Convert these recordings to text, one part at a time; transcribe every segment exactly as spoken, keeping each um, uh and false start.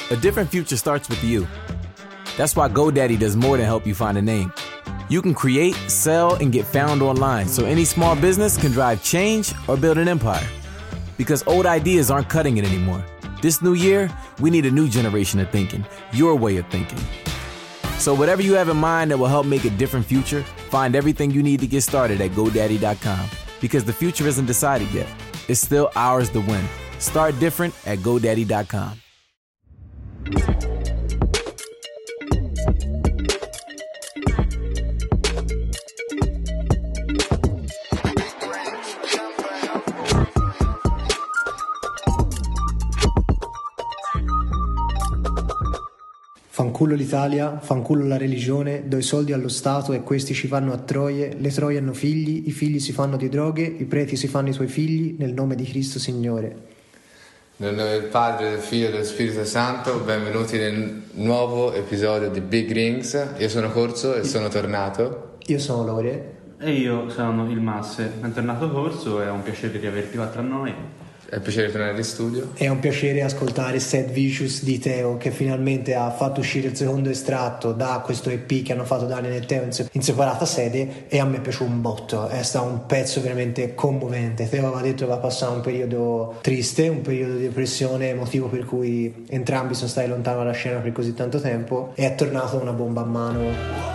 A different future starts with you. That's why GoDaddy does more than help you find a name. You can create, sell, and get found online so any small business can drive change or build an empire. Because old ideas aren't cutting it anymore. This new year, we need a new generation of thinking, your way of thinking. So whatever you have in mind that will help make a different future, find everything you need to get started at GoDaddy dot com. Because the future isn't decided yet. It's still ours to win. Start different at GoDaddy dot com. Fanculo l'Italia, fanculo la religione, do i soldi allo Stato e questi ci fanno a troie, le troie hanno figli, i figli si fanno di droghe, i preti si fanno i suoi figli, nel nome di Cristo Signore. Nel nome del Padre, del Figlio e dello Spirito Santo, benvenuti nel nuovo episodio di Big Rings. Io sono Corso e sono tornato. Io sono Lore. E io sono il Masse. Bentornato Corso, è un piacere di averti qua tra noi. È un piacere tornare in studio. È un piacere ascoltare Sad Vicious di Teo, che finalmente ha fatto uscire il secondo estratto da questo E P che hanno fatto Daniel e Teo in, se- in separata sede, e a me è piaciuto un botto. È stato un pezzo veramente commovente. Teo aveva detto che va a passare un periodo triste, un periodo di depressione, motivo per cui entrambi sono stati lontani dalla scena per così tanto tempo, e è tornato una bomba a mano.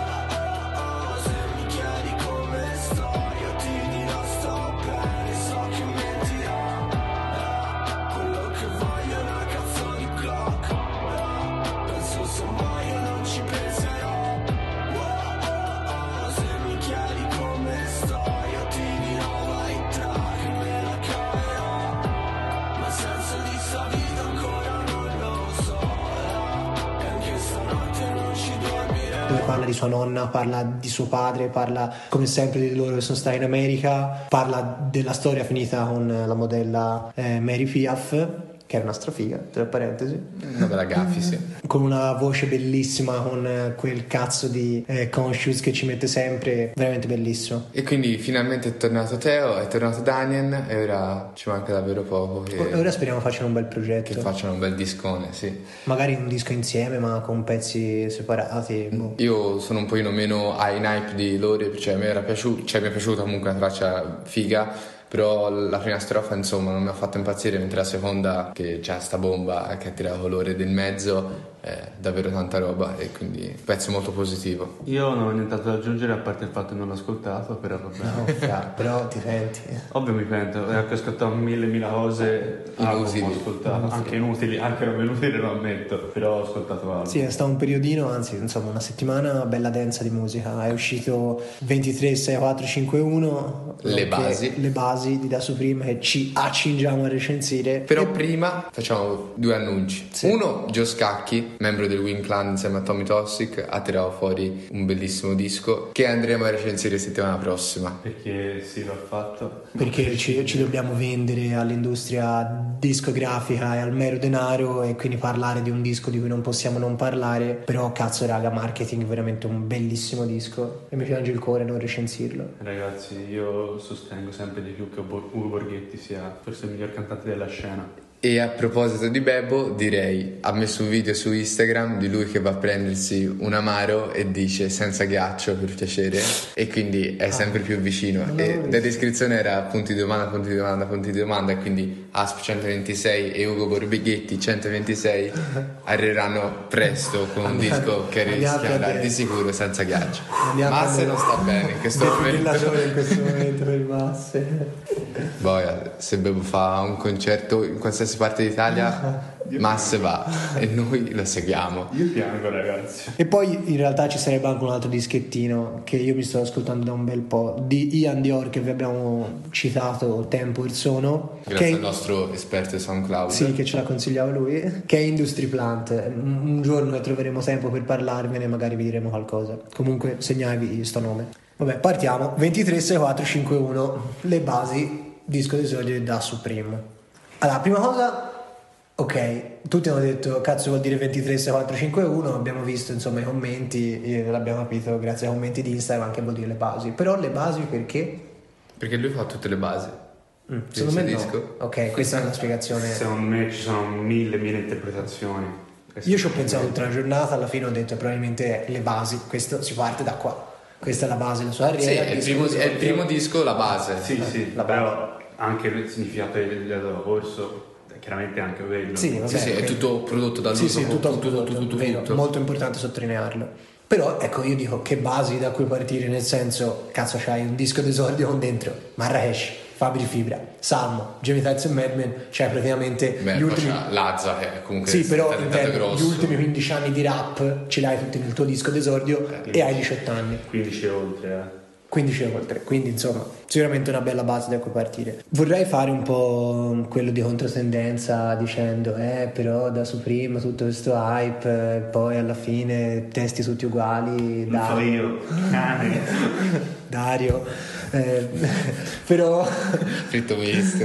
Parla di sua nonna, parla di suo padre, parla come sempre di loro che sono stati in America, parla della storia finita con la modella eh, Mary Piaf, che era una strafiga, tra parentesi, una bella gaffi, sì, con una voce bellissima, con eh, quel cazzo di eh, conscious che ci mette sempre, veramente bellissimo. E quindi finalmente è tornato Teo, è tornato Daniel e ora ci manca davvero poco che... Ora speriamo facciano un bel progetto, che facciano un bel discone, sì, magari un disco insieme ma con pezzi separati. Boh. Io sono un pochino meno ai hype di Lore, cioè mi era piaciuto, cioè mi è piaciuta comunque una traccia figa, però la prima strofa insomma non mi ha fatto impazzire, mentre la seconda, che c'ha sta bomba che ha tirato colore del mezzo, è davvero tanta roba, e quindi pezzo molto positivo. Io non ho nient'altro da aggiungere a parte il fatto che non l'ho ascoltato, però vabbè. No, fra, però ti senti. Ovvio mi pento, e anche ho ascoltato mille mila cose inutili, ho ascoltato, inutili. anche inutili, anche robe inutili lo ammetto, però ho ascoltato altro. Sì, è stato un periodino, anzi insomma una settimana bella densa di musica. È uscito ventitré sei quattro cinque uno, le basi le basi di Da Supreme, che ci accingiamo a recensire. Però e... prima facciamo due annunci, sì. Uno, Joe Scacchi, membro del Wing Clan insieme a Tommy Toxic, ha tirato fuori un bellissimo disco che andremo a recensire settimana prossima. Perché sì, l'ho fatto. Perché ci, ci dobbiamo vendere all'industria discografica e al mero denaro, e quindi parlare di un disco di cui non possiamo non parlare. Però cazzo raga, marketing, veramente un bellissimo disco, e mi piange il cuore non recensirlo. Ragazzi, io sostengo sempre di più che Ugo Borghetti sia forse il miglior cantante della scena. E a proposito di Bebo, direi, ha messo un video su Instagram di lui che va a prendersi un amaro e dice senza ghiaccio per piacere, e quindi è sempre più vicino. E la descrizione era punti di domanda, punti di domanda, punti di domanda, e quindi Asp centoventisei e Ugo Borghetti centoventisei arriveranno presto con un disco che rischia di sicuro senza ghiaccio. Masse non sta bene in questo momento. in questo momento per Masse. Boia, se Bebo fa un concerto in qualsiasi parte d'Italia, Masse va e noi lo seguiamo. Io piango, ragazzi. E poi in realtà ci sarebbe anche un altro dischettino che io mi sto ascoltando da un bel po', di Ian Dior, che vi abbiamo citato tempo il sono, grazie che al nostro esperto di SoundCloud. Sì, che ce la consigliava lui, che è Industry Plant. Un giorno che troveremo tempo per parlarvene, magari vi diremo qualcosa. Comunque segnatevi sto nome. Vabbè, partiamo. ventitré sei quattro cinque uno, le basi, disco d'esordio di Da Supreme. Allora, prima cosa, ok, tutti hanno detto cazzo vuol dire ventitré sei quattro cinque uno, abbiamo visto insomma i commenti, e l'abbiamo capito grazie ai commenti di Instagram che vuol dire le basi. Però le basi perché? Perché lui fa tutte le basi. Mm, secondo me no. Disco. Ok, questa è una spiegazione. Secondo me ci sono mille mille interpretazioni. Io ci ho pensato tutta la giornata, alla fine ho detto probabilmente le basi, questo si parte da qua. Questa è la base della sua Sì, carriera. è il, primo, è il primo disco, la base. Sì, sì, la però anche il significato del corso è chiaramente anche quello. Sì, vabbè, Sì, sì, è tutto prodotto da lui. Sì, sì, tutto, tutto, tutto, tutto, vero, tutto. molto importante sottolinearlo. Però ecco, io dico che basi da cui partire, nel senso, cazzo, c'hai un disco d'esordio con dentro Marrakesh, Fabri Fibra, Salmo, Jamie Tights e Madman, cioè praticamente Beh, gli ultimi Lazza che è comunque sì, però intendo, gli ultimi quindici anni di rap ce l'hai tutti nel tuo disco d'esordio eh, e hai diciotto anni. quindici e oltre, eh. quindici oltre, quindi insomma sicuramente una bella base da cui partire. Vorrei fare un po' quello di controtendenza dicendo eh però da Supreme tutto questo hype e poi alla fine testi tutti uguali, Lo so io, cane. Dario eh, però fritto misto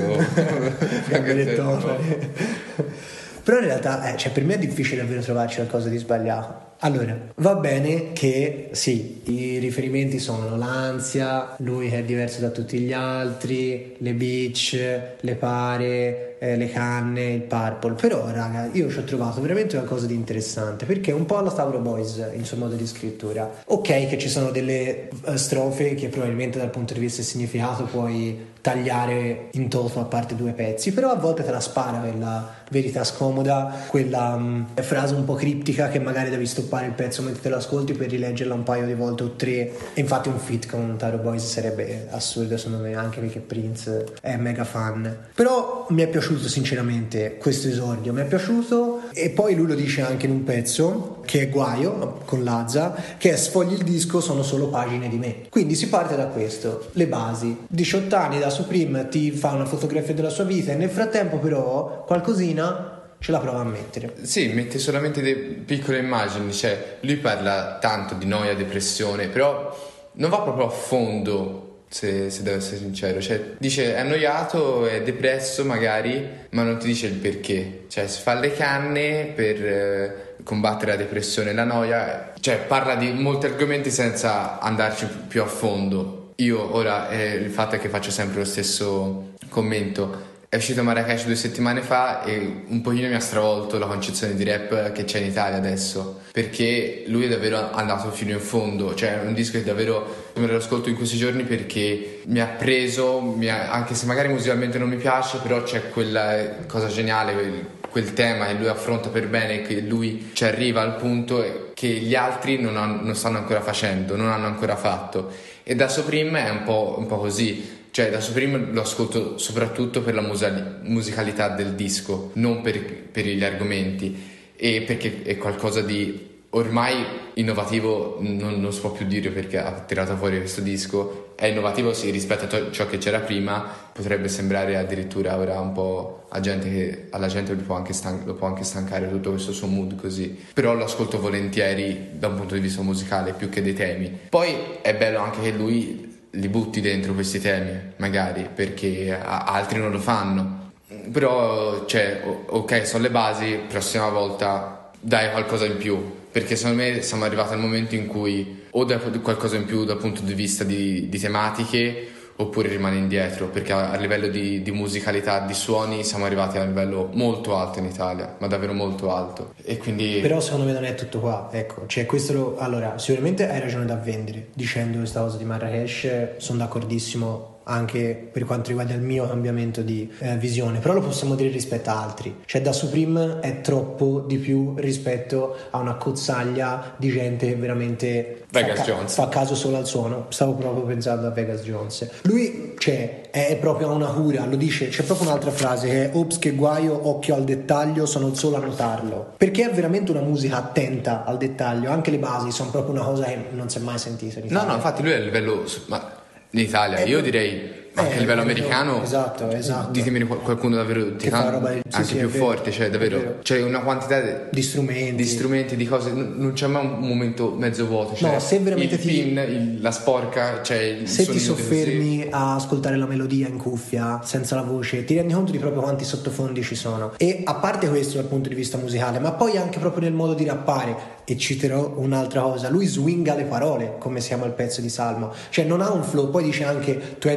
gamberettone. Però in realtà eh, cioè per me è difficile davvero trovarci qualcosa di sbagliato. Allora, va bene che sì, i riferimenti sono l'ansia, lui che è diverso da tutti gli altri, le beach, le pare, eh, le canne, il purple. Però, raga, io ci ho trovato veramente qualcosa di interessante, perché è un po' alla Tauro Boys il suo modo di scrittura. Ok che ci sono delle uh, strofe che probabilmente dal punto di vista del significato puoi tagliare in toto a parte due pezzi, però a volte te la spara quella verità scomoda, quella um, frase un po' criptica che magari devi stoppare il pezzo mentre te lo ascolti per rileggerla un paio di volte o tre. E infatti un feat con Taro Boys sarebbe assurdo secondo me, anche perché Prince è mega fan. Però mi è piaciuto sinceramente questo esordio, mi è piaciuto. E poi lui lo dice anche in un pezzo che è Guaio con Lazza, che è sfogli il disco sono solo pagine di me. Quindi si parte da questo, le basi. diciotto anni da Supreme, ti fa una fotografia della sua vita e nel frattempo però qualcosina ce la prova a mettere. Sì, mette solamente delle piccole immagini, cioè lui parla tanto di noia, depressione, però non va proprio a fondo, se, se devo essere sincero, cioè dice è annoiato, è depresso magari, ma non ti dice il perché, cioè si fa le canne per eh, combattere la depressione e la noia, cioè parla di molti argomenti senza andarci più a fondo. Io ora eh, il fatto è che faccio sempre lo stesso commento. È uscito Marrakesh due settimane fa e un pochino mi ha stravolto la concezione di rap che c'è in Italia adesso, perché lui è davvero andato fino in fondo, cioè è un disco che davvero me lo ascolto in questi giorni perché mi ha preso, mi ha, anche se magari musicalmente non mi piace, però c'è quella cosa geniale, quel, quel tema che lui affronta per bene, che lui ci arriva al punto che gli altri non, hanno, non stanno ancora facendo, non hanno ancora fatto. E da Supreme è un po', un po' così, cioè da Supreme lo ascolto soprattutto per la musa- musicalità del disco, non per, per gli argomenti, e perché è qualcosa di ormai innovativo, non, non si può più dire perché ha tirato fuori questo disco, è innovativo sì rispetto a to- ciò che c'era prima, potrebbe sembrare addirittura ora un po' a gente che, alla gente lo può, anche stan- lo può anche stancare tutto questo suo mood così, però lo ascolto volentieri da un punto di vista musicale più che dei temi. Poi è bello anche che lui li butti dentro questi temi magari perché a- altri non lo fanno, però cioè ok sono le basi, prossima volta dai qualcosa in più, perché secondo me siamo arrivati al momento in cui o dai qualcosa in più dal punto di vista di, di tematiche oppure rimane indietro, perché a, a livello di, di musicalità, di suoni siamo arrivati a un livello molto alto in Italia, ma davvero molto alto, e quindi però secondo me non è tutto qua, ecco, cioè questo lo, allora sicuramente hai ragione da vendere dicendo questa cosa di Marrakesh, sono d'accordissimo anche per quanto riguarda il mio cambiamento di eh, visione, però lo possiamo dire rispetto a altri, cioè da Supreme è troppo di più rispetto a una cozzaglia di gente che veramente Vegas fa, ca- Jones. fa caso solo al suono. Stavo proprio pensando a Vegas Jones. Lui cioè è proprio una cura, lo dice, c'è proprio un'altra frase che è ops che guaio, occhio al dettaglio, sono il solo a notarlo, perché è veramente una musica attenta al dettaglio, anche le basi sono proprio una cosa che non si è mai sentita in no Italia. no infatti lui è a livello ma in Italia Eh, io direi anche eh, a livello eh, americano, esatto, esatto. ditemi qual- qualcuno davvero di Che fa tanto, roba- sì, anche sì, più è vero, forte, cioè è davvero vero. c'è una quantità di, di strumenti di strumenti, di cose, non, non c'è mai un momento mezzo vuoto, cioè No, se veramente il ti- pin, il- la sporca, cioè il se ti sonido così. soffermi a ascoltare la melodia in cuffia senza la voce ti rendi conto di proprio quanti sottofondi ci sono, e a parte questo dal punto di vista musicale ma poi anche proprio nel modo di rappare. E citerò un'altra cosa, lui swinga le parole come si chiama il pezzo di Salmo, cioè non ha un flow, poi dice anche ventiquattro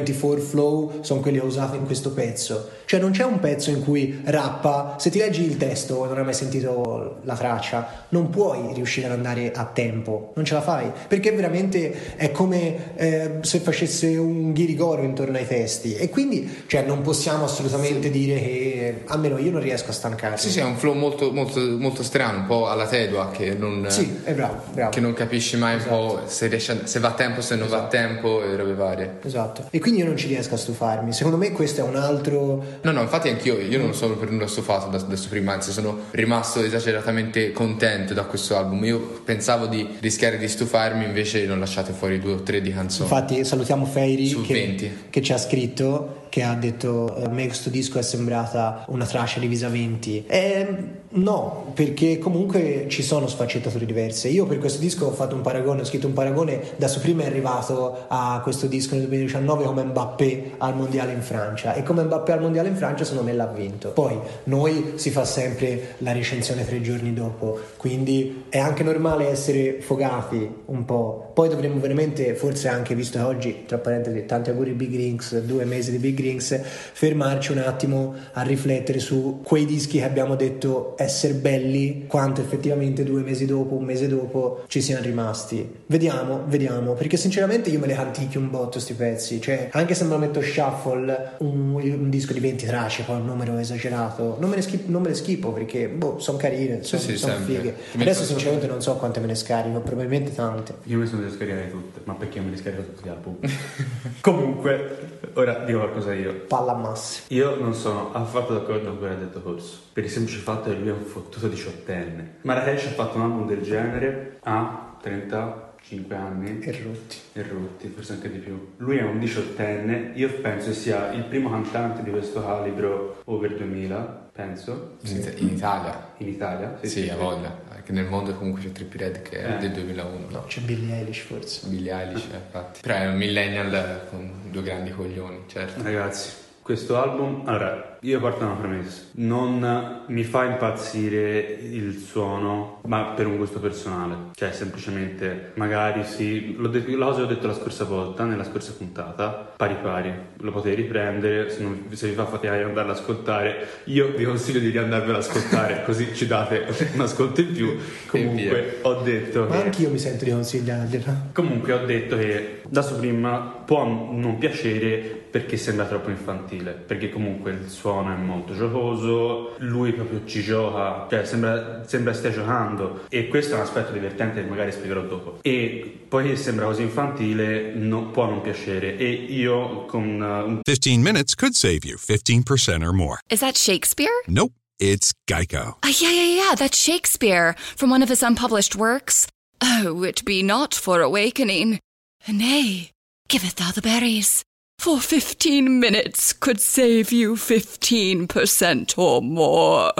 flow sono quelli che ho usato in questo pezzo. Cioè non c'è un pezzo in cui rappa, se ti leggi il testo e non hai mai sentito la traccia, non puoi riuscire ad andare a tempo, non ce la fai, perché veramente è come eh, se facesse un ghirigoro intorno ai testi, e quindi cioè non possiamo assolutamente sì. dire che, almeno io non riesco a stancarmi. Sì, sì, è un flow molto, molto, molto strano, un po' alla Tedua, che non, sì, è bravo, bravo. che non capisci mai esatto. un po' se, riesce a, se va a tempo, se non esatto. va a tempo e robe varie. Esatto, e quindi io non ci riesco a stufarmi. Secondo me questo è un altro... No, no, infatti anch'io, io non sono per nulla stufato da questo prima, anzi sono rimasto esageratamente contento da questo album. Io pensavo di rischiare di stufarmi, invece non lasciate fuori due o tre di canzoni. Infatti salutiamo Feiri che, che ci ha scritto, che ha detto a me questo disco è sembrata una traccia divisa venti. Eh, no, perché comunque ci sono sfaccettature diverse. Io per questo disco ho fatto un paragone, ho scritto un paragone da Supreme è arrivato a questo disco nel duemiladiciannove come Mbappé al mondiale in Francia, e come Mbappé al mondiale in Francia secondo me l'ha vinto. Poi noi si fa sempre la recensione tre giorni dopo, quindi è anche normale essere fogati un po'. Poi dovremmo veramente, forse anche visto che oggi, tra parentesi, tanti auguri Big Rings, due mesi di Big Rings, fermarci un attimo a riflettere su quei dischi che abbiamo detto essere belli, quanto effettivamente due mesi dopo, un mese dopo ci siano rimasti. Vediamo, vediamo, perché sinceramente io me le canticchio un botto sti pezzi, cioè anche se me lo metto shuffle, un, un disco di venti tracce, poi un numero esagerato, non me ne, schip, non me ne schipo perché boh, sono carine, sono sì, sì, son fighe. Adesso sinceramente non so quante me ne scarico, probabilmente tante. Io mi sono devo scaricare tutte, ma perché me ne scarico tutti gli album? Comunque, ora dico qualcosa io. Palla a masse. Io non sono affatto d'accordo con quello che ha detto Corso, per il semplice fatto che lui è un fottuto diciottenne. Marrakesh ha fatto un album del genere a trentacinque anni e rotti e rotti, forse anche di più. Lui è un diciottenne, io penso sia il primo cantante di questo calibro over duemila, penso. In, in Italia? In Italia? Sì, sì, sì, a voglia. Che nel mondo comunque c'è Trippie Redd che è eh. del duemilauno. No, c'è Billie Eilish forse. Billie Eilish, eh, infatti. Però è un millennial con due grandi coglioni, certo. Ragazzi, questo album, allora, io parto da una premessa. Non mi fa impazzire il suono, ma per un gusto personale. Cioè, semplicemente, magari sì, l'ho detto, la cosa che ho detto la scorsa volta, nella scorsa puntata, pari pari. Lo potete riprendere, se, non, se vi fa fatica di andarlo ad ascoltare, io vi consiglio di riandarvelo ad ascoltare, così ci date un ascolto in più. Comunque, ho detto ma che... anch'io mi sento di consigliargliela. Comunque, ho detto che da Supreme può non piacere perché sembra troppo infantile, perché comunque il suono è molto giocoso, lui proprio ci gioca, cioè sembra, sembra stia giocando, e questo è un aspetto divertente che magari spiegherò dopo. E poi sembra così infantile, no, può non piacere, e io con uh, un fifteen minutes could save you fifteen percent or more. Is that Shakespeare? Nope, it's Geico. Uh, yeah, yeah, yeah, that's Shakespeare from one of his unpublished works. Oh, it be not for awakening. Nay, giveth thou the berries. For fifteen minutes could save you fifteen percent or more.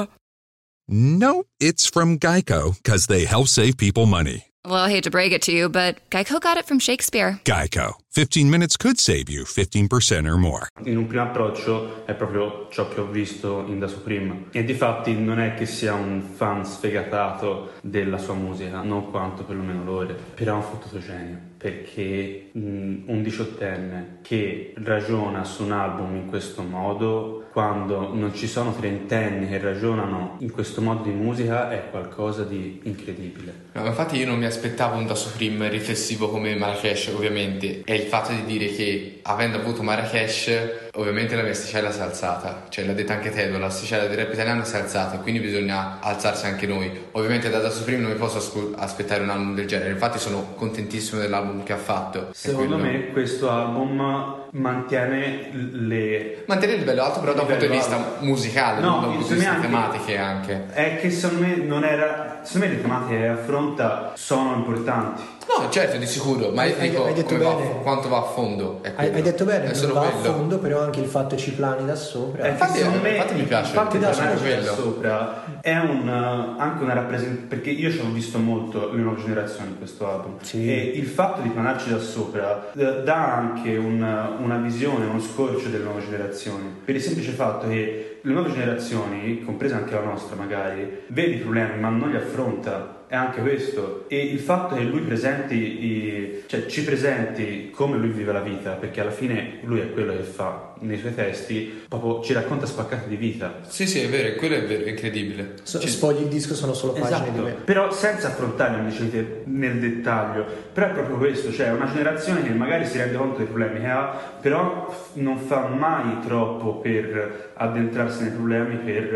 No, it's from Geico, because they help save people money. Well, I hate to break it to you, but Geico got it from Shakespeare. Geico. fifteen minutes could save you fifteen percent or more. In un primo approccio è proprio ciò che ho visto in Da Supreme. E difatti non è che sia un fan sfegatato della sua musica, non quanto perlomeno loro, però è un fottuto genio. Perché mh, un diciottenne che ragiona su un album in questo modo, quando non ci sono trentenni che ragionano in questo modo di musica, è qualcosa di incredibile. No, infatti io non mi aspettavo un Da Supreme riflessivo come Marrakesh, ovviamente. È il fatto di dire che, avendo avuto Marrakesh, ovviamente la mia asticella si è alzata. Cioè, l'ha detta anche Tedo, l'asticella del rap italiano si è alzata, e quindi bisogna alzarsi anche noi. Ovviamente da Da Supreme non mi posso ascol- aspettare un album del genere, infatti sono contentissimo dell'album che ha fatto. Secondo quello... me questo album mantiene le mantiene il livello alto, però da un punto di vista alto. musicale, no, non da un punto di vista tematiche anche. È che secondo me non era secondo me le tematiche che affronta sono importanti. No, certo, di sicuro, ma hai, dico hai detto come bene. va, quanto va a fondo. Hai, hai detto bene, è non solo va quello. a fondo, però anche il fatto ci plani da sopra. Eh, infatti, secondo me, infatti mi piace. Infatti da da sopra è un, anche una rappresentazione, perché io ci ho visto molto le nuove generazioni in questo album. Sì. E il fatto di planarci da sopra dà anche un, una visione, uno scorcio delle nuove generazioni, per il semplice fatto che le nuove generazioni, compresa anche la nostra magari, vede i problemi ma non li affronta. È anche questo, e il fatto che lui presenti i, cioè ci presenti come lui vive la vita, perché alla fine lui è quello che fa nei suoi testi, proprio ci racconta spaccate di vita. Sì, sì, è vero, quello è vero, è incredibile. So, sfogli il disco, sono solo pagine esatto, di me. però senza affrontare, come dicete, nel dettaglio. Però è proprio questo, cioè una generazione che magari si rende conto dei problemi che ha, però non fa mai troppo per addentrarsi nei problemi,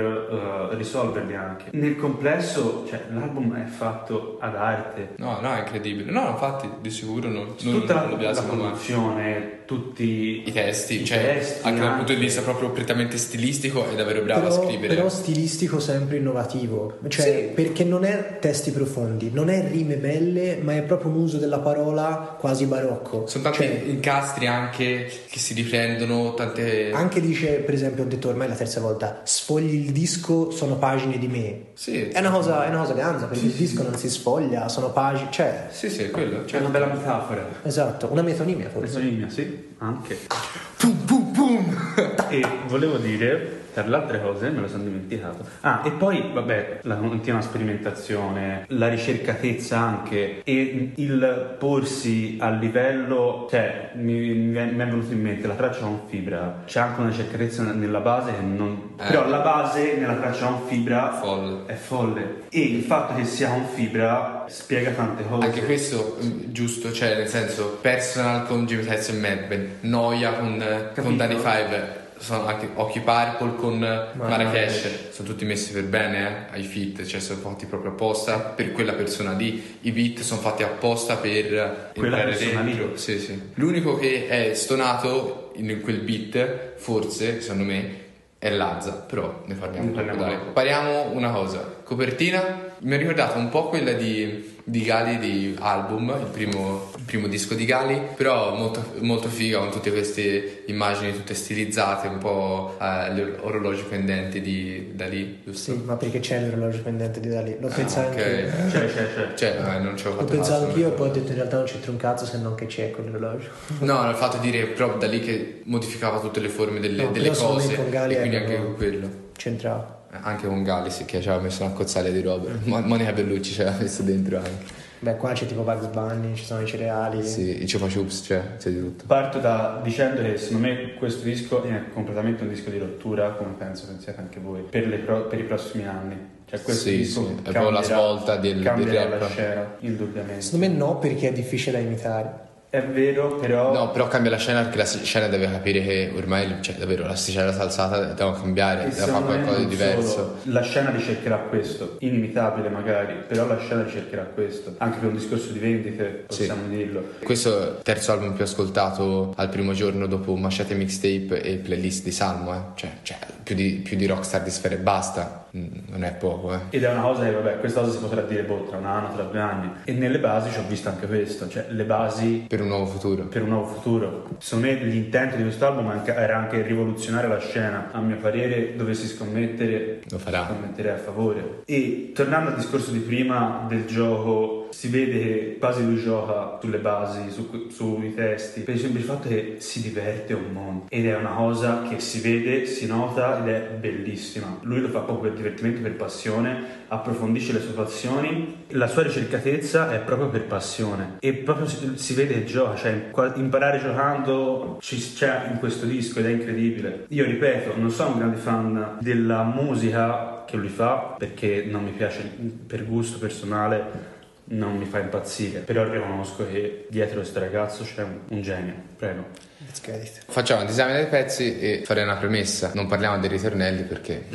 per uh, risolverli anche. Nel complesso, cioè, l'album è fatto ad arte. No, no, è incredibile. No, infatti, di sicuro non, non, tutta non lo la, la biasimo mai. produzione, tutti I testi, i cioè testi anche dal anche. punto di vista proprio prettamente stilistico è davvero bravo però, a scrivere. però stilistico sempre innovativo, cioè Sì. perché non è testi profondi, non è rime belle, ma è proprio un uso della parola quasi barocco. Sono tanti Cioè, incastri anche che si riprendono, tante... anche dice, per esempio, ho detto ormai la terza volta, sfogli il disco, sono pagine di me. Sì. È una cosa, è una cosa ganza, perché il disco non si sfoglia, sono pagine, cioè, Sì, sì, è quello. C'è Cioè, una bella metafora. esatto, una metonimia forse. Metonimia, sì, anche. Pum, pum, pum. E volevo dire, per le altre cose, me lo sono dimenticato. Ah, e poi, vabbè, la continua sperimentazione, la ricercatezza anche, e il porsi a livello, cioè, mi, mi è mi è venuto in mente, la traccia con fibra, c'è anche una ricercatezza nella base che non... Eh. Però la base nella traccia con fibra Folle. è folle. E il fatto che sia con fibra spiega tante cose. Anche questo mm, giusto, cioè nel senso Personal con Jimmy Tyson e Madben, Noia con, con Danny Five, sono anche Occhi Purple con Marrakesh, sono tutti messi per bene eh, ai feat, cioè sono fatti proprio apposta per quella persona lì, i beat sono fatti apposta per Quella entrare persona lì. dentro. Sì, sì. L'unico che è stonato in quel beat, forse, secondo me, è Lazza, però ne parliamo Ne dopo, parliamo dai. dopo. Pariamo una cosa, copertina mi ha ricordato un po' quella di, di Gali di Album, il primo, il primo disco di Gali, però molto, molto figa, con tutte queste immagini tutte stilizzate, un po' eh, le orologi pendenti di Dalì, giusto? Sì, ma perché c'è l'orologio pendente di Dalì? L'ho Ah, pensato ok. anche C'è, c'è, c'è. Cioè, eh, non ci ho L'ho fatto pensato caso. anch'io e poi ho detto in realtà non c'entra un cazzo se non che c'è quell'orologio. No, l'ho fatto dire proprio da lì che modificava tutte le forme delle, No, delle però secondo me cose, con Gali e quindi erano- anche con quello. C'entrava. Anche con Gali, sì, che ci aveva messo una cozzaglia di roba. Mo- Monica Bellucci ci aveva messo dentro anche. Beh, qua c'è tipo Bugs Bunny, ci sono i cereali. Sì, i Chupa Chups, cioè, c'è di tutto. Parto da dicendo che secondo me questo disco è completamente un disco di rottura, come penso pensiate anche voi, per, le pro- per i prossimi anni. Cioè questo Sì, disco sì, è proprio la svolta del- del cambierà rap. la scena, indubbiamente. Secondo me no, perché è difficile da imitare. È vero, però... No, però cambia la scena perché la scena deve capire che ormai, cioè, davvero, l'asticella salsata devono cambiare, e deve fare secondo me qualcosa di non diverso. solo. La scena ricercherà questo, inimitabile magari, però la scena ricercherà questo, anche per un discorso di vendite, possiamo Sì. dirlo. Questo è il terzo album più ascoltato al primo giorno dopo Machete Mixtape e playlist di Salmo, eh. Cioè, cioè più, di, più di Rockstar di Sfera e basta, Mm, non è poco, eh. Ed è una cosa che, vabbè, questa cosa si potrà dire boh, tra un anno, tra due anni. E nelle basi ci ho visto anche questo, cioè le basi Per un nuovo futuro. per un nuovo futuro. Secondo me l'intento di questo album anche- era anche rivoluzionare la scena. A mio parere, dovessi scommettere, Lo farà. scommetterei a favore. E tornando al discorso di prima del gioco, si vede che quasi lui gioca sulle basi, su- sui testi, per il semplice fatto che si diverte un mondo. Ed è una cosa che si vede, si nota ed è bellissima. Lui lo fa proprio per divertimento, per passione, approfondisce le sue passioni. La sua ricercatezza è proprio per passione. E proprio si, si vede che gioca, cioè qua- imparare giocando ci- c'è in questo disco ed è incredibile. Io ripeto, non sono un grande fan della musica che lui fa, perché non mi piace per gusto personale, non mi fa impazzire, però riconosco che dietro questo ragazzo c'è un, un genio. Prego. Let's get it. Facciamo un esame dei pezzi e farei una premessa. Non parliamo dei ritornelli perché...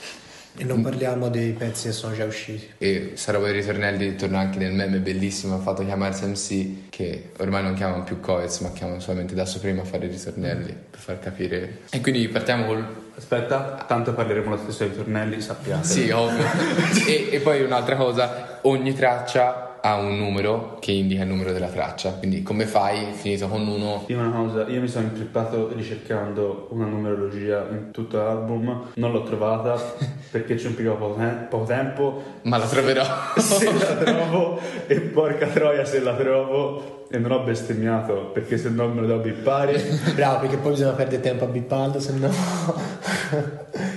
E non parliamo dei pezzi che sono già usciti. E sta roba dei ritornelli torna anche nel meme bellissimo, ha fatto chiamarsi M C, che ormai non chiamano più Coez ma chiamano solamente da Supreme a fare i ritornelli per far capire. E quindi partiamo col... Aspetta, tanto parleremo lo stesso dei ritornelli, sappiate. Sì, ovvio. e, e poi un'altra cosa, ogni traccia ha un numero che indica il numero della traccia, quindi come fai, finito con uno... Io una cosa, io mi sono intrippato ricercando una numerologia in tutto l'album, non l'ho trovata perché ci impiegavo poco, te- poco tempo. Ma la troverò. Se la trovo, e porca troia se la trovo, e non ho bestemmiato perché se no me lo devo bippare. Bravo, perché poi bisogna perdere tempo a bipparlo, se no...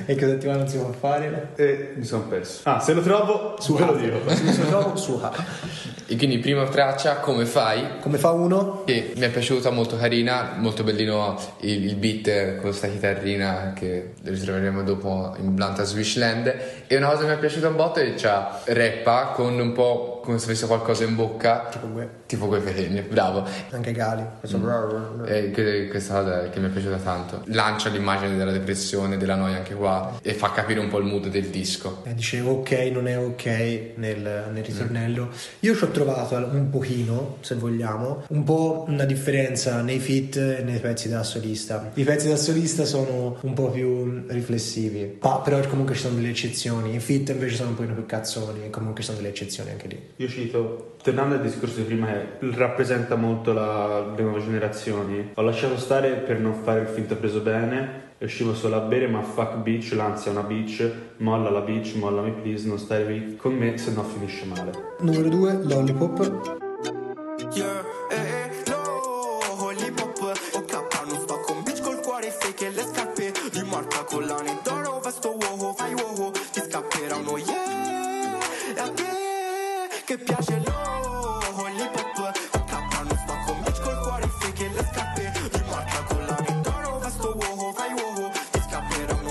E che settimana non si può fare? E mi sono perso. Ah, se lo trovo, su ve lo dico. Se lo trovo, su E quindi prima traccia, Come fai? Come fa uno? Che mi è piaciuta, molto carina, molto bellino il, il beat con questa chitarrina che ritroveremo dopo in Blanta Swishland. E una cosa che mi è piaciuta un botto è che c'ha rappa con un po' come se avesse qualcosa in bocca, Tipo que- tipo quei feteni, bravo. Anche Gali. Questo E che- questa cosa che mi è piaciuta tanto. Lancia l'immagine della depressione, della noia anche qua e fa capire un po' il mood del disco. Eh, dicevo ok, non è ok nel, nel ritornello. Io ci ho trovato un pochino, se vogliamo, un po' una differenza nei feat e nei pezzi da solista. I pezzi da solista sono un po' più riflessivi, pa- però comunque ci sono delle eccezioni. I feat invece sono un po' più cazzoni e comunque ci sono delle eccezioni anche lì. Io cito, tornando al discorso di prima, che rappresenta molto la, le nuove generazioni. Ho lasciato stare per non fare il finto preso bene e uscivo solo a bere, ma fuck bitch, l'ansia è una bitch, molla la bitch, mollami please, non stare qui con me se no finisce male. Numero due, Lollipop. Yeah, eh, eh, no, Lollipop. O K, non sto con bitch col cuore fake e le scarpe di marca collane d'oro, vesto uovo, fai uovo, ti scapperanno, yeah. E a te che piace lo Lollipop. O K, non sto con bitch col cuore fake e le scarpe di marca collane d'oro, vesto uovo, fai uovo, ti scapperanno,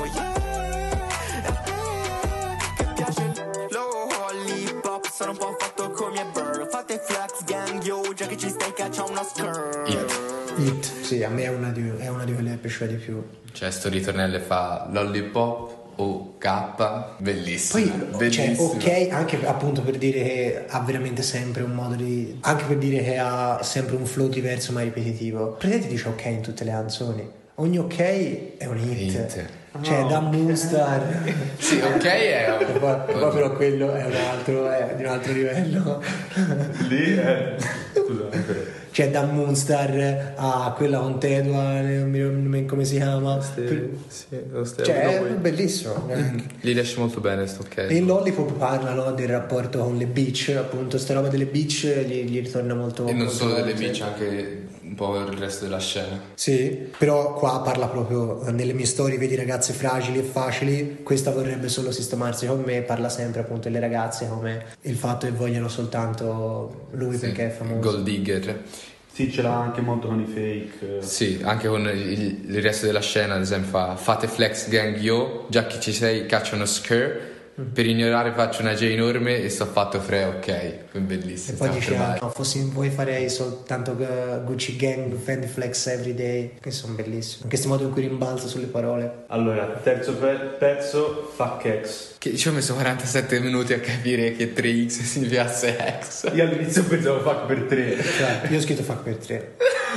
yeah. E a te che piace lo Lollipop. Sono un po' fatto come Burr, fate flex gang yo, già che ci stai caccia una skirt. Hit. Hit, sì, a me è una di, è una di quelle che piace di più. Cioè sto ritornello fa Lollipop o K, bellissimo. Poi, cioè, bellissimo. ok, anche appunto per dire che ha veramente sempre un modo di. Anche per dire che ha sempre un flow diverso ma ripetitivo. Praticamente dice ok in tutte le canzoni. Ogni ok è un hit. Hit. Cioè, da Moonstar. Sì, ok è E poi, e poi però quello è un altro, è di un altro livello. Lì è... Scusa, Cioè, da Moonstar a quella con Tedua, non mi ricordo come si chiama. Per- Cioè, è bellissimo. Li riesce molto bene sto ok. E in Lollipop parlano del rapporto con le beach, appunto, sta roba delle beach gli, gli ritorna molto. E non molto solo delle volte. beach, anche un po' il resto della scena. Sì, però qua parla proprio nelle mie storie, vedi ragazze fragili e facili, questa vorrebbe solo sistemarsi con me, parla sempre appunto delle ragazze come il fatto che vogliono soltanto lui Sì. perché è famoso. Gold digger. sì, ce l'ha anche molto con i fake. Sì, anche con il, il resto della scena, ad esempio fa fate flex gang yo, già che ci sei caccia uno scur. Per ignorare faccio una J enorme e sto fatto fre, ok. È bellissimo. E poi stiamo dice, per male. no, fossi in voi farei soltanto uh, Gucci Gang, Fendi Flex Everyday, che sono bellissimi. In questo modo in cui rimbalza sulle parole. Allora, terzo pe- pezzo, Fuck X. Che ci ho messo quarantasette minuti a capire che tre X significasse X. Io all'inizio pensavo fuck per tre. Cioè, io ho scritto fuck per tre.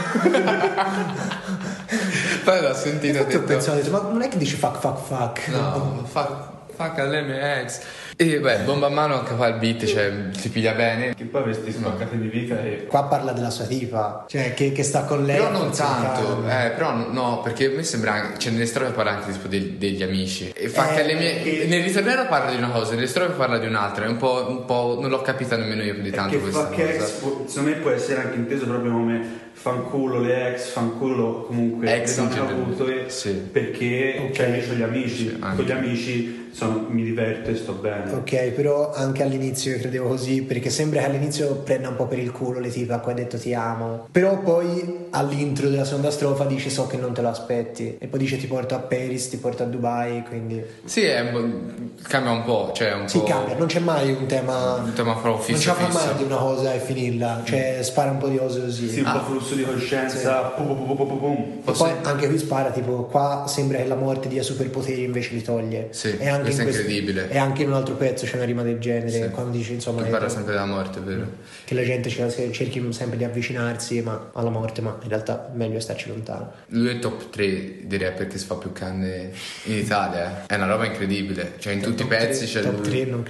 Poi l'ho sentito e ho Infatti ho detto pensato, ho detto, ma non è che dici fuck fuck fuck? no, fuck, fuck alle mie ex. E beh, bomba a mano anche qua il beat, cioè ti piglia bene. Che poi avresti spaccate di vita e... Qua parla della sua tipa, cioè che, che sta con lei. Però non forse tanto, fa- eh, però no, perché a me sembra anche, cioè nelle strofe parla anche tipo del- degli amici. E fa Eh, che alle mie, che- nel ritornello parla di una cosa, nelle strofe parla di un'altra, è un po', un po', non l'ho capita nemmeno io più di tanto Che questa fuck cosa. X, può- secondo me può essere anche inteso proprio come fanculo le ex, fanculo comunque Ex le in donne genere. avute, Sì. perché Ok. cioè, io ho gli amici, Sì, anche. con gli amici sono- mi diverto e sto bene. Ok, però anche all'inizio io credevo così, perché sembra che all'inizio prenda un po' per il culo le tipe a cui ha detto ti amo. Però poi all'intro della seconda strofa dice so che non te lo aspetti. E poi dice ti porto a Paris, ti porto a Dubai, quindi. Sì, è un po', cambia un po', cioè un Si po'. cambia, non c'è mai un tema. Un tema proprio non fisso, ce la fa fisso. mai di una cosa e finirla. Cioè spara un po' di cose così. Sì, un Ah. po' flusso di coscienza, pum, pum, pum, pum, pum, pum. E Posso- poi anche qui spara, tipo, qua sembra che la morte dia superpoteri invece li toglie. Sì, e anche questo in è questo- incredibile. E anche in un altro pezzo c'è una rima del genere, Sì. quando dice insomma Che che, parla sempre della morte, è vero? che la gente cerca- cerchi sempre di avvicinarsi ma alla morte, ma in realtà meglio è starci lontano. Lui è top tre di rapper che si fa più canne in Italia, eh. È una roba incredibile, cioè in tutti i Top pezzi tre- c'è top lui. tre non credo.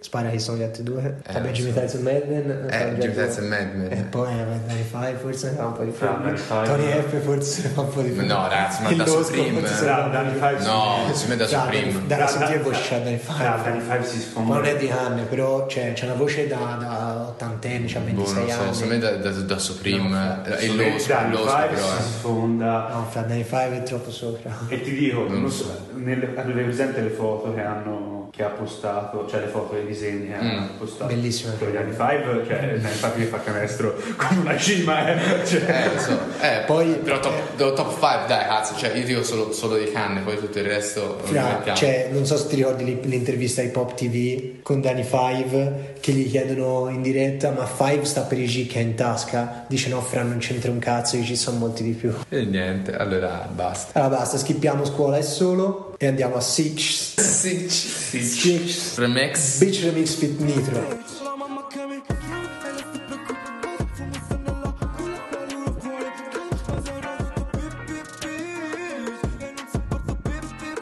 spara chi sono gli altri due. Eh, Vabbè, lo Jimmy so. Tights e Mad Men. Eh, Jimmy Tights e Mad Men. E poi eh, Danny Five forse ne fa un po' di più. Fra Danny Five- Tony F forse ne fa un po' di più. No, ragazzi, ma Il da Losco Supreme- forse se ne Fra fa un po' Danny di più. Five No, si mette da Fra, Supreme. Da Fra- sentire da- voce a Danny Five. Fra Danny Five si sfonda. Non è di Hanne, però c'è, c'è una voce da, da ottantenne, c'ha Boh, ventisei non so, anni. secondo me da, da, da Supreme. No, eh, il Losco, il Danny Losco Five però si eh. sfonda. No, fra Danny Five è troppo sopra. E ti dico, Non non so. so, nelle, avete presente le foto che hanno che ha postato, cioè le foto dei disegni che Mm. hanno postato? Bellissime. Con gli anni Five, cioè infatti che fa canestro con una cima, eh. Cioè, Eh, lo so. Eh, Poi- però top, top cinque, dai, cazzo. Cioè, io dico solo, solo di canne, poi tutto il resto non lo Fra, mettiamo. cioè, non so se ti ricordi l'in- l'intervista ai Pop T V con Danny Five che gli chiedono in diretta ma Five sta per i G che è in tasca, dice no Fra non c'entra un cazzo, ci sono molti di più. E niente, allora basta. Allora basta, skippiamo scuola e solo e andiamo a Six Sì, Six Remix. Beach Remix Fit Nitro. La mamma che mi chiude e le sto preoccupate. Fumo se nella culla per uno vuole più. Ma sei raso pip pip pip e non sopporto pip pip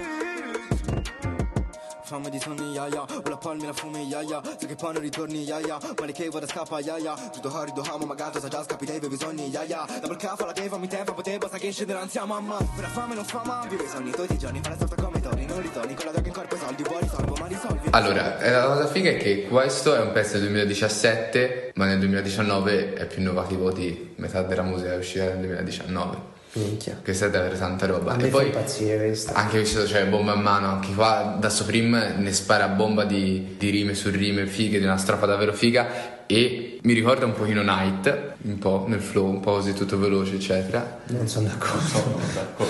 pip. Fammi di sonni yaia, o la palmi la fumi yaia. So che poi non ritorni yaia, ma le che vada scappa yaia. Tutto harido hamo magato, sa già scappi dei tuoi bisogni yaia. Double caffè la teva mi tempo, poteva sa che scende l'ansia mamma. Per la fame non fa ma, vive i sogni tutti i giorni. Fare sorta come tori, non ritorni. Con la droga in corpo i soldi, vuoi risolvo ma risolvi. Allora, eh, la cosa figa è che questo è un pezzo del duemiladiciassette, ma nel duemiladiciannove è più innovativo di metà della musica che è uscita nel duemiladiciannove. Minchia. Questa è davvero tanta roba. A E me fa poi impazzire questa. anche questo, cioè bomba in mano, anche qua da Supreme ne spara bomba di, di rime su rime fighe, di una strofa davvero figa. E mi ricorda un pochino Night, un po' nel flow, un po' così tutto veloce, eccetera. Non sono d'accordo.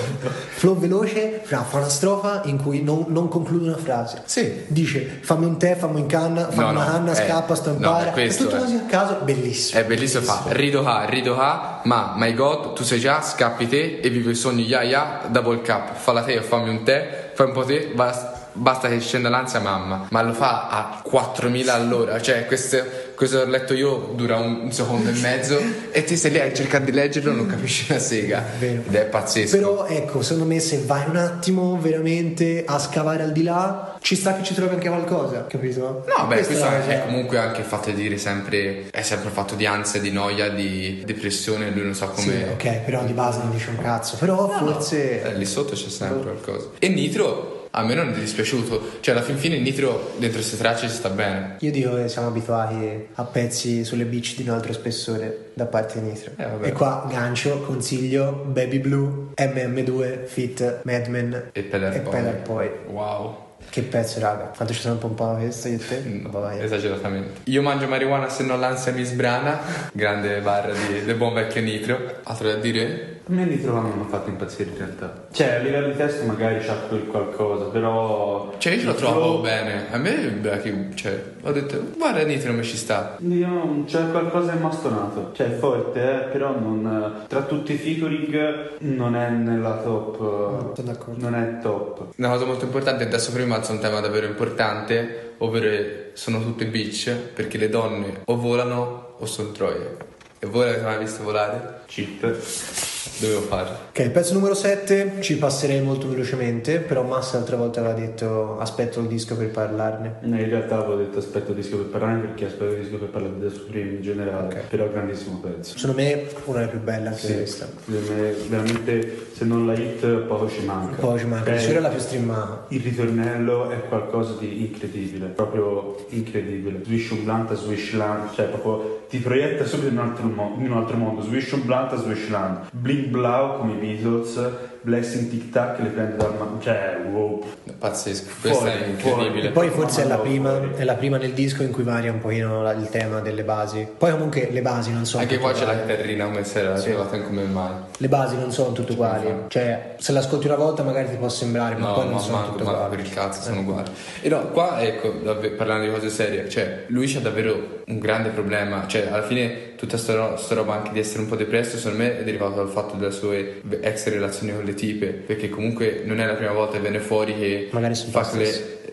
Flow veloce, fra, fa una strofa in cui non, non conclude una frase. Sì. Dice fammi un tè, fammi in canna, fammi No, una no, canna, eh, scappa, sto in no, para. è questo, è tutto eh. così a caso, bellissimo. È bellissimo, fa rido ha, rido ha, ma my god, tu sei già, scappi te e vivo i sogni ya ya, double cap, falla te o fammi un tè, fai un po' te, basta, basta che scenda l'ansia mamma, ma lo fa a quattromila all'ora, cioè questo, questo che ho letto io dura un, un secondo e mezzo e ti sei lì a cercare di leggerlo, non capisci una sega, Vero. ed è pazzesco. Però ecco, secondo me se vai un attimo veramente a scavare al di là, ci sta che ci trovi anche qualcosa, capito? No, beh, Questa questo è la è, cosa. è comunque anche il fatto di dire sempre, è sempre fatto di ansia, di noia, di depressione, lui non sa Sì, come... ok, però di base non dice un cazzo. Però forse Eh, lì sotto c'è sempre qualcosa. E Nitro a me non è dispiaciuto, cioè alla fin fine Nitro dentro queste tracce ci sta bene. io dico che siamo abituati a pezzi sulle beach di un altro spessore da parte di Nitro. Eh, vabbè. E qua gancio, consiglio Baby Blue, M M due, Fit, Madman E Pedal e Boy. Pedal Boy. Wow. Che pezzo, raga. Quanto ci sono pompato questo io e te? Mm, Vabbè, vai. Esageratamente. Io mangio marijuana se non l'ansia mi sbrana. Grande barra di, del buon vecchio Nitro. Altro da dire? a me li trovano non mi ha fatto impazzire in realtà. Cioè, a livello di testo magari c'ha quel qualcosa, però. Cioè io ce lo il trovo flow- bene. A me beh, che- cioè, ho detto guarda Nitro come ci sta. Io, c'è qualcosa che mi ha stonato. Cioè, è forte, eh, però non. Tra tutti i featuring non è nella top. No, sono d'accordo. Non è top. Una cosa molto importante, adesso prima alzo un tema davvero importante, ovvero sono tutte bitch, perché le donne o volano o sono troie. E voi l'avete mai visto volare? Cheat. Dovevo farlo. Ok, pezzo numero sette, ci passerei molto velocemente, però Massa l'altra volta aveva detto aspetto il disco per parlarne. No, in realtà avevo detto aspetto il disco per parlare perché aspetto il disco per parlare di The Supreme in generale, Ok. però grandissimo pezzo. Secondo me una delle più belle anche Sì, questa. secondo me veramente se non la hit poco ci manca. Poi ci manca, Eh, di sicuro è la più streamata. Il ritornello è qualcosa di incredibile, proprio incredibile. Swish un blunt, swish land, cioè proprio ti proietta subito in un altro, mo- in un altro mondo. Swish un blunt, swish land. Blink Blau come i Beatles, Blessing Tic Tac le prende dal ma- cioè wow. Pazzesco, questa Fuori, è incredibile. E poi forse è la, Fuori. prima, è la prima nel disco in cui varia un pochino la- il tema delle basi. Poi comunque le basi non sono Anche tutte qua c'è la uguali. chitarrina come se era Sì. arrivata in come mai. Le basi non sono tutte uguali. Cioè, se l'ascolti una volta magari ti può sembrare, ma No, poi non ma sono manco, tutte manco uguali. per il cazzo, sono Eh. uguali. E no, qua ecco, davvero, parlando di cose serie, cioè lui c'ha davvero un grande problema, cioè alla fine tutta sta, ro- sta roba anche di essere un po' depresso, secondo me è derivato dal fatto delle sue ex relazioni con le tipe, perché comunque non è la prima volta che viene fuori che Magari sono fa te quelle... stesso.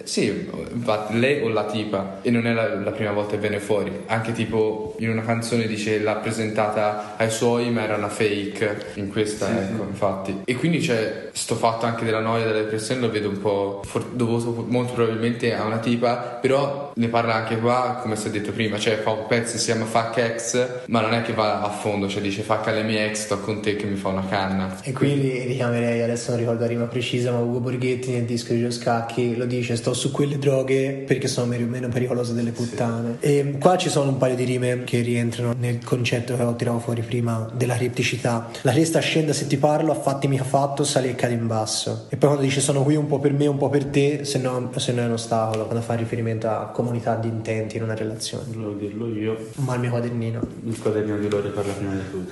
Sì, infatti lei o la tipa, e non è la, la prima volta che viene fuori, anche tipo in una canzone dice l'ha presentata ai suoi ma era una fake, in questa sì, ecco sì. Infatti, e quindi c'è sto fatto anche della noia, della depressione, lo vedo un po' for- dovuto molto probabilmente a una tipa, però ne parla anche qua come si è detto prima, cioè fa un pezzo si chiama Fuck Ex, ma non è che va a fondo, cioè dice fuck alle mie ex, sto con te che mi fa una canna, e quindi richiamerei, adesso non ricordo la rima precisa, ma Ugo Borghetti nel disco di Gio Scacchi lo dice: sto su quelle droghe perché sono meno pericolose delle puttane. Sì. E qua ci sono un paio di rime che rientrano nel concetto che ho tirato fuori prima della cripticità. La cresta scenda se ti parlo, a fatti mica fatto, sali e cade in basso. E poi quando dice sono qui un po' per me, un po' per te, se no, se no è un ostacolo, quando fa riferimento a comunità di intenti in una relazione. Volevo dirlo io, ma il mio quadernino, il quadernino di Lore parla prima di tutto.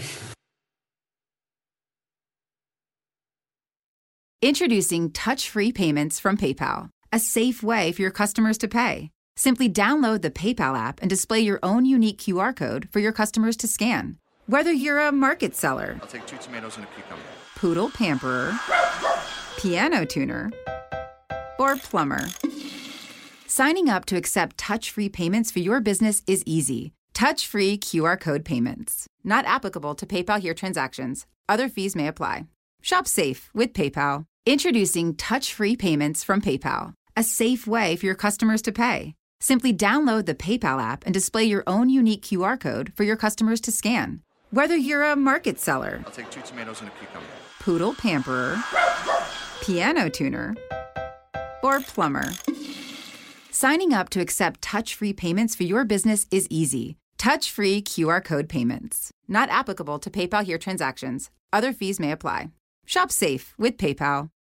Introducing touch-free payments from PayPal, a safe way for your customers to pay. Simply download the PayPal app and display your own unique Q R code for your customers to scan. Whether you're a market seller, I'll take two tomatoes and a cucumber, poodle pamperer, piano tuner, or plumber, signing up to accept touch-free payments for your business is easy. Touch-free Q R code payments. Not applicable to PayPal Here transactions. Other fees may apply. Shop safe with PayPal. Introducing touch-free payments from PayPal, a safe way for your customers to pay. Simply download the PayPal app and display your own unique Q R code for your customers to scan. Whether you're a market seller, I'll take two tomatoes and a cucumber, poodle pamperer, piano tuner, or plumber, signing up to accept touch-free payments for your business is easy. Touch-free Q R code payments. Not applicable to PayPal Here transactions. Other fees may apply. Shop safe with PayPal.